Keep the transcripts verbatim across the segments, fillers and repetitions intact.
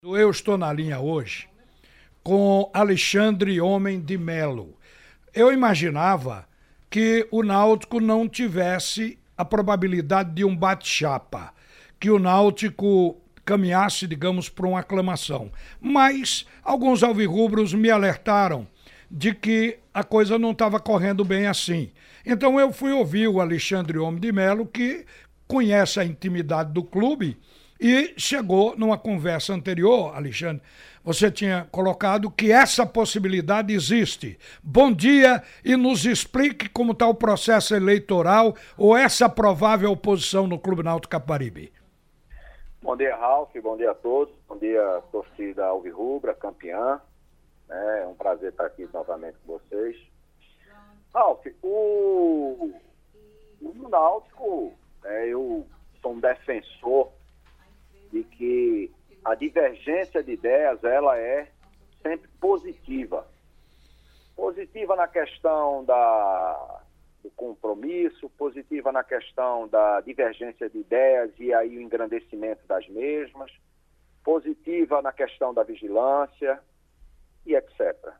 Eu estou na linha hoje com Alexandre Homem de Melo. Eu imaginava que o Náutico não tivesse a probabilidade de um bate-chapa, que o Náutico caminhasse, digamos, para uma aclamação. Mas alguns alvirrubros me alertaram de que a coisa não estava correndo bem assim. Então eu fui ouvir o Alexandre Homem de Melo, que conhece a intimidade do clube, e chegou numa conversa anterior, Alexandre, você tinha colocado que essa possibilidade existe. Bom dia e nos explique como está o processo eleitoral ou essa provável oposição no Clube Náutico Capibaribe. Bom dia, Ralf, bom dia a todos, bom dia, torcida alvirrubra, campeã. É um prazer estar aqui novamente com vocês. Ralf, o, o Náutico, é, eu sou um defensor de que a divergência de ideias, ela é sempre positiva. Positiva na questão da, do compromisso, positiva na questão da divergência de ideias e aí o engrandecimento das mesmas, positiva na questão da vigilância e etcétera.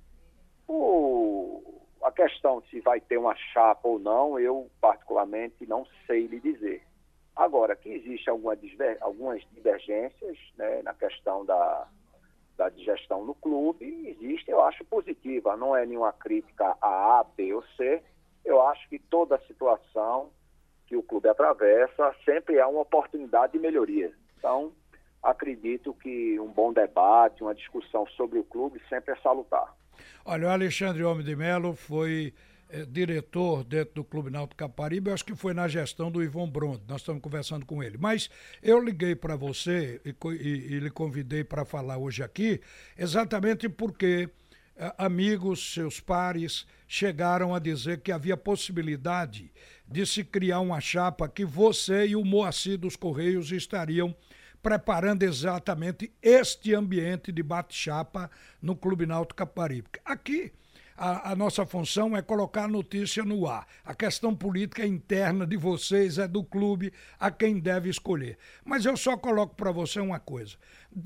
O, a questão de se vai ter uma chapa ou não, eu particularmente não sei lhe dizer. Agora, que existem alguma diver, algumas divergências, né, na questão da, da digestão no clube, existe, eu acho positiva, não é nenhuma crítica a A, B ou C, eu acho que toda situação que o clube atravessa sempre é uma oportunidade de melhoria. Então, acredito que um bom debate, uma discussão sobre o clube sempre é salutar. Olha, o Alexandre Homem de Melo foi É, diretor dentro do Clube Náutico Capibaribe, eu acho que foi na gestão do Ivon Bronte, nós estamos conversando com ele. Mas eu liguei para você e, e, e lhe convidei para falar hoje aqui, exatamente porque é, amigos, seus pares, chegaram a dizer que havia possibilidade de se criar uma chapa que você e o Moacir dos Correios estariam preparando exatamente este ambiente de bate-chapa no Clube Náutico Capibaribe. Aqui, A, a nossa função é colocar a notícia no ar. A questão política é interna de vocês, é do clube, a quem deve escolher. Mas eu só coloco para você uma coisa.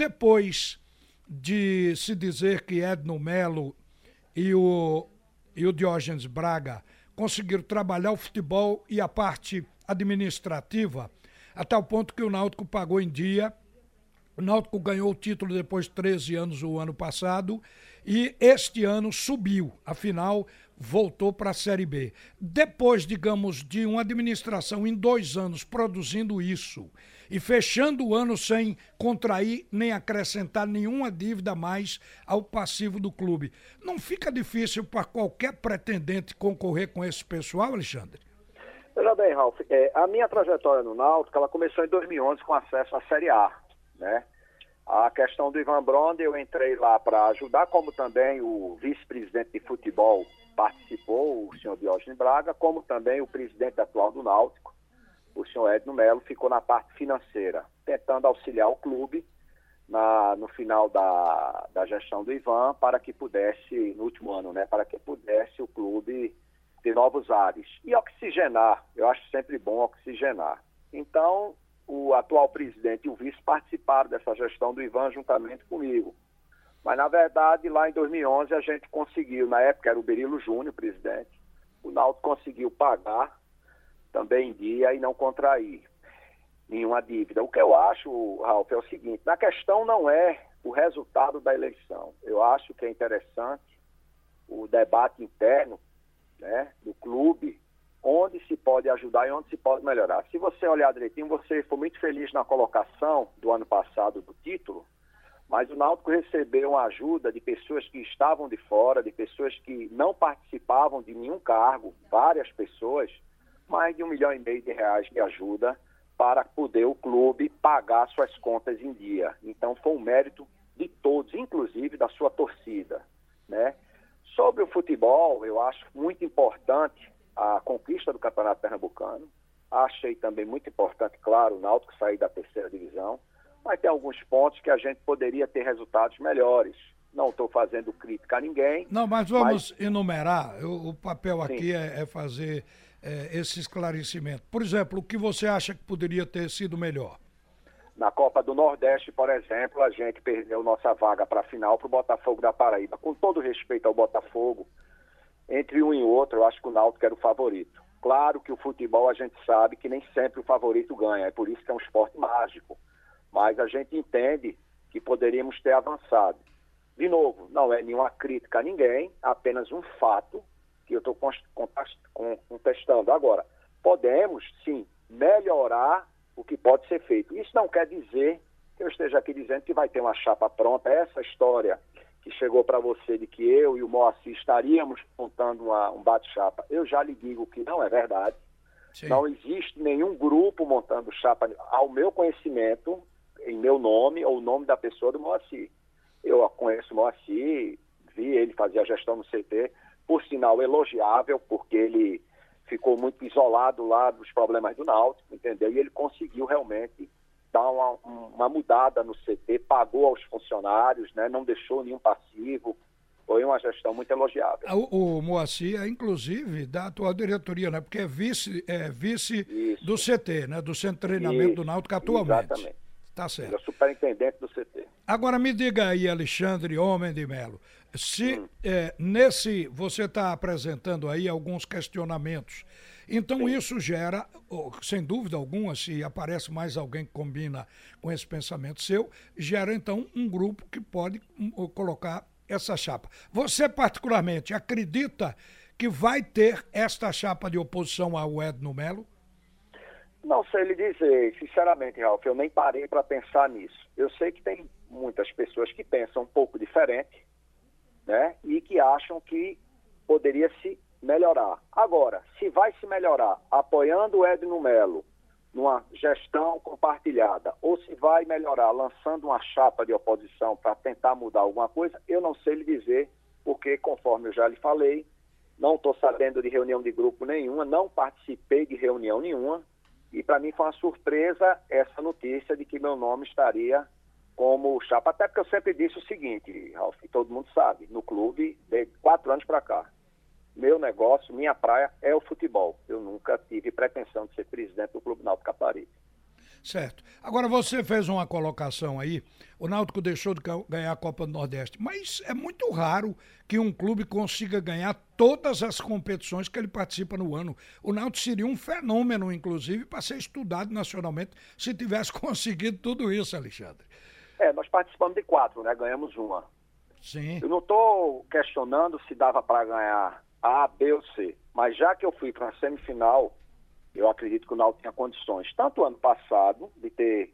Depois de se dizer que Edno Melo e o, e o Diógenes Braga conseguiram trabalhar o futebol e a parte administrativa, a tal ponto que o Náutico pagou em dia. O Náutico ganhou o título depois de treze anos o ano passado e este ano subiu, afinal voltou para a Série B. Depois, digamos, de uma administração em dois anos produzindo isso e fechando o ano sem contrair nem acrescentar nenhuma dívida mais ao passivo do clube, não fica difícil para qualquer pretendente concorrer com esse pessoal, Alexandre? Veja bem, Ralf, é, a minha trajetória no Náutico, ela começou em dois mil e onze com acesso à Série A. Né? A questão do Ivon Bronte, eu entrei lá para ajudar, como também o vice-presidente de futebol participou, o senhor Diógenes Braga, como também o presidente atual do Náutico, o senhor Edno Melo, ficou na parte financeira, tentando auxiliar o clube na, no final da, da gestão do Ivan, para que pudesse, no último ano, né, para que pudesse o clube ter novos ares. E oxigenar, eu acho sempre bom oxigenar. Então, o atual presidente e o vice participaram dessa gestão do Ivan juntamente comigo. Mas, na verdade, lá em dois mil e onze a gente conseguiu, na época era o Berilo Júnior, presidente, o Náutico conseguiu pagar também em dia e não contrair nenhuma dívida. O que eu acho, Ralf, é o seguinte, na questão não é o resultado da eleição. Eu acho que é interessante o debate interno, né, do clube, onde se pode ajudar e onde se pode melhorar. Se você olhar direitinho, você foi muito feliz na colocação do ano passado do título, mas o Náutico recebeu uma ajuda de pessoas que estavam de fora, de pessoas que não participavam de nenhum cargo, várias pessoas, mais de um milhão e meio de reais de ajuda para poder o clube pagar suas contas em dia. Então foi um mérito de todos, inclusive da sua torcida, né? Sobre o futebol, eu acho muito importante a conquista do Campeonato Pernambucano. Achei também muito importante, claro, o Náutico sair da terceira divisão, mas tem alguns pontos que a gente poderia ter resultados melhores. Não estou fazendo crítica a ninguém. Não, mas vamos mas... enumerar. O, o papel Sim. aqui é, é fazer é, esse esclarecimento. Por exemplo, o que você acha que poderia ter sido melhor? Na Copa do Nordeste, por exemplo, a gente perdeu nossa vaga para a final para o Botafogo da Paraíba. Com todo respeito ao Botafogo, entre um e outro, eu acho que o Náutico era o favorito. Claro que o futebol a gente sabe que nem sempre o favorito ganha, é por isso que é um esporte mágico. Mas a gente entende que poderíamos ter avançado. De novo, não é nenhuma crítica a ninguém, apenas um fato que eu estou contestando. Agora, podemos, sim, melhorar o que pode ser feito. Isso não quer dizer que eu esteja aqui dizendo que vai ter uma chapa pronta. Essa história que chegou para você de que eu e o Moacir estaríamos montando uma, um bate-chapa, eu já lhe digo que não é verdade. Sim. Não existe nenhum grupo montando chapa, ao meu conhecimento, em meu nome ou o nome da pessoa do Moacir. Eu conheço o Moacir, vi ele fazer a gestão no C T, por sinal elogiável, porque ele ficou muito isolado lá dos problemas do Náutico, entendeu? E ele conseguiu realmente dar uma, uma mudada no C T, pagou aos funcionários, né? Não deixou nenhum passivo. Foi uma gestão muito elogiável. O, o Moacir é, inclusive, da atual diretoria, né? Porque é vice, é vice do C T, né? Do Centro de Treinamento Isso. do Náutico atualmente. Exatamente. Tá certo. Ele é superintendente do C T. Agora me diga aí, Alexandre Homem de Melo, se hum. é, nesse você está apresentando aí alguns questionamentos, então Sim. isso gera, sem dúvida alguma, se aparece mais alguém que combina com esse pensamento seu, gera então um grupo que pode um, colocar essa chapa. Você particularmente acredita que vai ter esta chapa de oposição ao Edno Melo? Não sei lhe dizer, sinceramente, Ralf, eu nem parei para pensar nisso. Eu sei que tem muitas pessoas que pensam um pouco diferente, né? E que acham que poderia se melhorar. Agora, se vai se melhorar apoiando o Edno Melo numa gestão compartilhada, ou se vai melhorar lançando uma chapa de oposição para tentar mudar alguma coisa, eu não sei lhe dizer, porque, conforme eu já lhe falei, não estou sabendo de reunião de grupo nenhuma, não participei de reunião nenhuma, e para mim foi uma surpresa essa notícia de que meu nome estaria como chapa. Até porque eu sempre disse o seguinte, Ralf, todo mundo sabe, no clube, de quatro anos para cá, meu negócio, minha praia é o futebol. Eu nunca tive pretensão de ser presidente do Clube Náutico Caparibe. Certo. Agora você fez uma colocação aí, o Náutico deixou de ganhar a Copa do Nordeste, mas é muito raro que um clube consiga ganhar todas as competições que ele participa no ano. O Náutico seria um fenômeno, inclusive, para ser estudado nacionalmente, se tivesse conseguido tudo isso, Alexandre. É, nós participamos de quatro, né? Ganhamos uma. Sim. Eu não estou questionando se dava para ganhar A, B ou C, mas já que eu fui para a semifinal, eu acredito que o Náutico tinha condições, tanto ano passado, de ter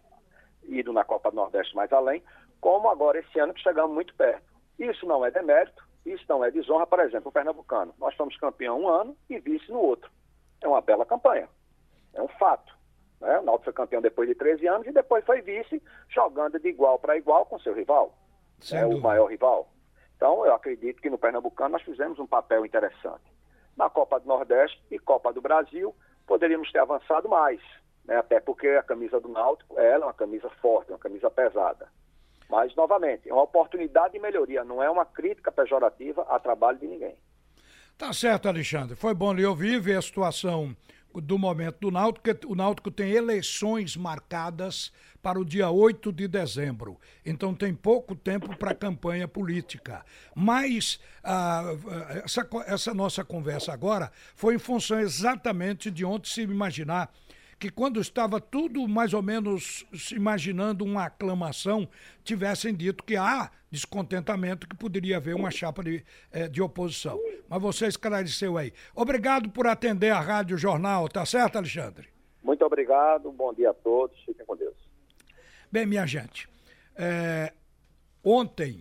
ido na Copa do Nordeste mais além, como agora esse ano que chegamos muito perto. Isso não é demérito, isso não é desonra. Por exemplo, o Pernambucano. Nós fomos campeão um ano e vice no outro. É uma bela campanha. É um fato. Né? O Náutico foi campeão depois de treze anos e depois foi vice, jogando de igual para igual com seu rival. É o maior rival. Então, eu acredito que no Pernambucano nós fizemos um papel interessante. Na Copa do Nordeste e Copa do Brasil, poderíamos ter avançado mais, né? Até porque a camisa do Náutico ela é uma camisa forte, uma camisa pesada. Mas, novamente, é uma oportunidade de melhoria, não é uma crítica pejorativa a trabalho de ninguém. Tá certo, Alexandre. Foi bom lhe ouvir, ver a situação do momento do Náutico, porque o Náutico tem eleições marcadas para o dia oito de dezembro. Então tem pouco tempo para a campanha política. Mas ah, essa, essa nossa conversa agora foi em função exatamente de ontem se imaginar que quando estava tudo mais ou menos se imaginando uma aclamação, tivessem dito que há descontentamento, que poderia haver uma chapa de, de oposição. Mas você esclareceu aí. Obrigado por atender a Rádio Jornal, tá certo, Alexandre? Muito obrigado, bom dia a todos, fiquem com Deus. Bem, minha gente, é, ontem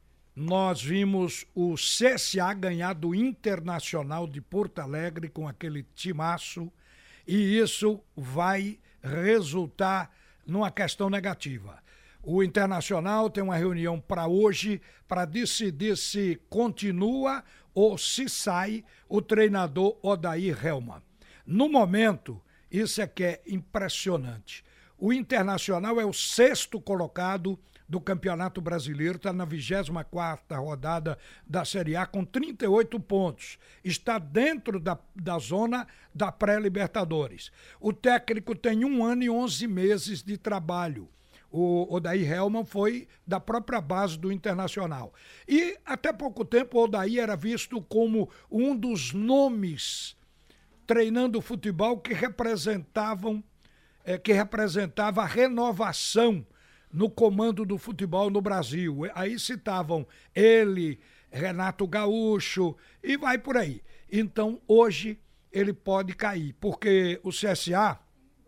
nós vimos o C S A ganhar do Internacional de Porto Alegre com aquele timaço, e isso vai resultar numa questão negativa. O Internacional tem uma reunião para hoje para decidir se continua ou se sai o treinador Odair Helman. No momento, isso é que é impressionante. O Internacional é o sexto colocado do Campeonato Brasileiro, está na vigésima quarta rodada da Série A com trinta e oito pontos. Está dentro da, da zona da pré-Libertadores. O técnico tem um ano e onze meses de trabalho. O Odair Hellmann foi da própria base do Internacional. E até pouco tempo o Odair era visto como um dos nomes treinando futebol que representavam, é, que representava a renovação no comando do futebol no Brasil. Aí citavam ele, Renato Gaúcho e vai por aí. Então hoje ele pode cair, porque o C S A,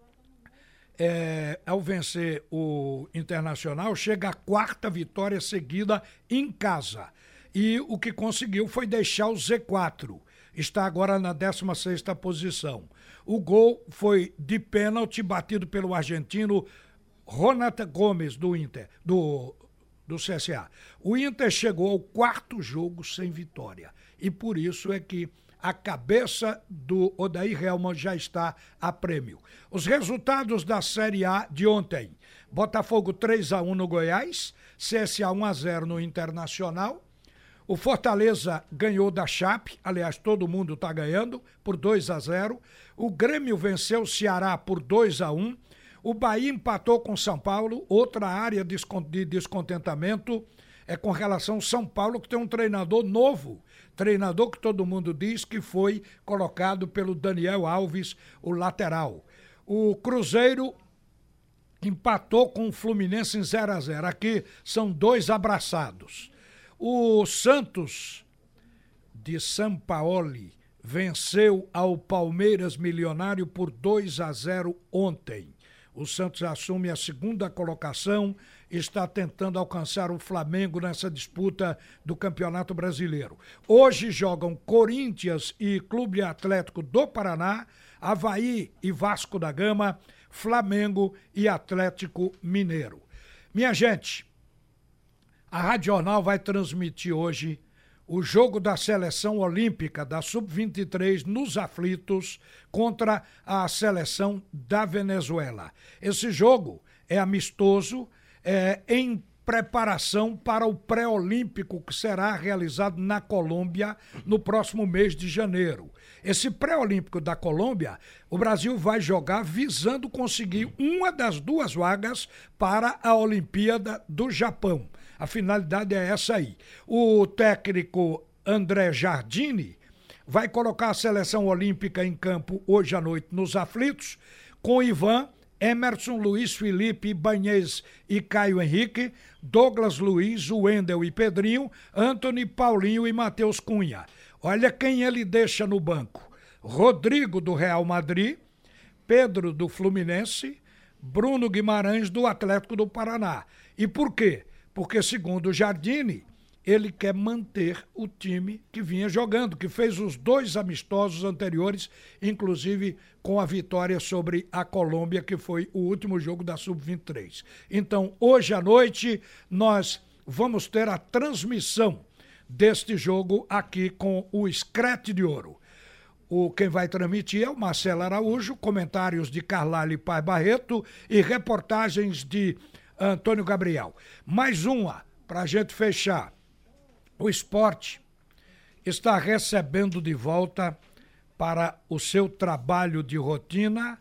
É, ao vencer o Internacional, chega à quarta vitória seguida em casa. E o que conseguiu foi deixar o Z quatro. Está agora na décima sexta posição. O gol foi de pênalti batido pelo argentino Ronald Gomes, do Inter, do, do C S A. O Inter chegou ao quarto jogo sem vitória. E por isso é que a cabeça do Odair Hellmann já está a prêmio. Os resultados da Série A de ontem: Botafogo três a um no Goiás, C S A um a zero no Internacional. O Fortaleza ganhou da Chape, aliás, todo mundo está ganhando, por dois a zero. O Grêmio venceu o Ceará por dois a um. O Bahia empatou com São Paulo, outra área de descontentamento é com relação ao São Paulo, que tem um treinador novo. Treinador que todo mundo diz que foi colocado pelo Daniel Alves, o lateral. O Cruzeiro empatou com o Fluminense em zero a zero. Aqui são dois abraçados. O Santos de Sampaoli venceu ao Palmeiras Milionário por dois a zero ontem. O Santos assume a segunda colocação, está tentando alcançar o Flamengo nessa disputa do Campeonato Brasileiro. Hoje jogam Corinthians e Clube Atlético do Paraná, Avaí e Vasco da Gama, Flamengo e Atlético Mineiro. Minha gente, a Rádio Jornal vai transmitir hoje o jogo da seleção olímpica da sub vinte e três nos aflitos contra a seleção da Venezuela. Esse jogo é amistoso, é em preparação para o pré-olímpico que será realizado na Colômbia no próximo mês de janeiro. Esse pré-olímpico da Colômbia, o Brasil vai jogar visando conseguir uma das duas vagas para a Olimpíada do Japão. A finalidade é essa aí. O técnico André Jardine vai colocar a seleção olímpica em campo hoje à noite nos aflitos, com Ivan, Emerson, Luiz Felipe, Ibanez e Caio Henrique, Douglas Luiz, Wendel e Pedrinho, Antony, Paulinho e Matheus Cunha. Olha quem ele deixa no banco: Rodrigo, do Real Madrid, Pedro, do Fluminense, Bruno Guimarães, do Atlético do Paraná. E por quê? Porque, segundo o Jardine, ele quer manter o time que vinha jogando, que fez os dois amistosos anteriores, inclusive com a vitória sobre a Colômbia, que foi o último jogo da sub vinte e três. Então, hoje à noite, nós vamos ter a transmissão deste jogo aqui com o Screte de Ouro. O, quem vai transmitir é o Marcelo Araújo, comentários de Carlalho e Paz Barreto e reportagens de Antônio Gabriel. Mais uma, para a gente fechar. O Sport está recebendo de volta para o seu trabalho de rotina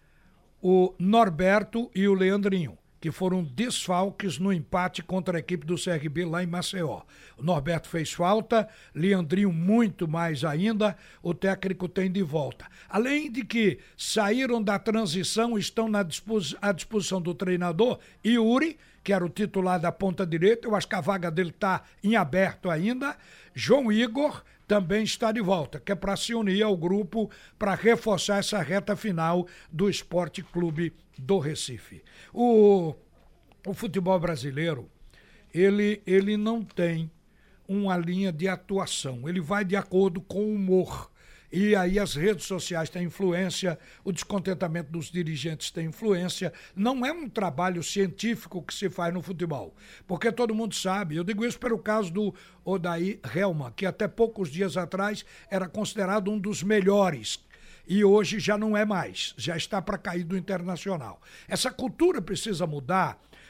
o Norberto e o Leandrinho, que foram desfalques no empate contra a equipe do C R B lá em Maceió. O Norberto fez falta, Leandrinho muito mais ainda, o técnico tem de volta. Além de que saíram da transição, estão na dispos- à disposição do treinador Yuri, que era o titular da ponta direita, eu acho que a vaga dele está em aberto ainda. João Igor também está de volta, que é para se unir ao grupo para reforçar essa reta final do Esporte Clube do Recife. O, o futebol brasileiro, ele, ele não tem uma linha de atuação, ele vai de acordo com o humor. E aí as redes sociais têm influência, o descontentamento dos dirigentes tem influência. Não é um trabalho científico que se faz no futebol, porque todo mundo sabe, eu digo isso pelo caso do Odair Hellmann, que até poucos dias atrás era considerado um dos melhores, e hoje já não é mais, já está para cair do Internacional. Essa cultura precisa mudar,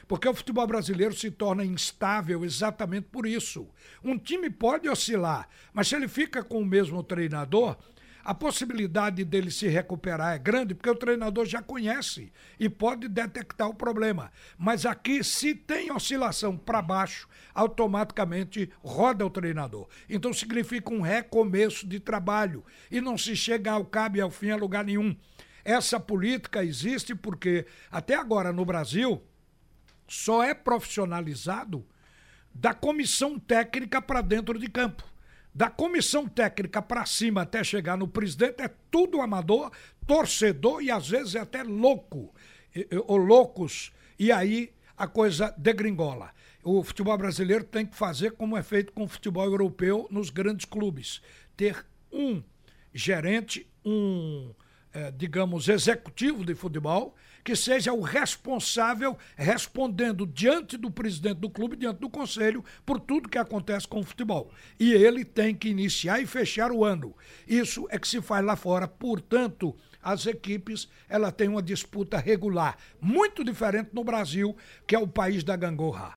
Porque o futebol brasileiro se torna instável exatamente por isso. Um time pode oscilar, mas se ele fica com o mesmo treinador, a possibilidade dele se recuperar é grande, porque o treinador já conhece e pode detectar o problema. Mas aqui, se tem oscilação para baixo, automaticamente roda o treinador. Então significa um recomeço de trabalho e não se chega ao cabo e ao fim a lugar nenhum. Essa política existe porque, até agora no Brasil, só é profissionalizado da comissão técnica para dentro de campo. Da comissão técnica para cima até chegar no presidente é tudo amador, torcedor e às vezes até louco, ou loucos, e aí a coisa degringola. O futebol brasileiro tem que fazer como é feito com o futebol europeu nos grandes clubes. Ter um gerente, um, eh, digamos, executivo de futebol, que seja o responsável respondendo diante do presidente do clube, diante do conselho, por tudo que acontece com o futebol. E ele tem que iniciar e fechar o ano. Isso é que se faz lá fora. Portanto, as equipes ela têm uma disputa regular, muito diferente no Brasil, que é o país da gangorra.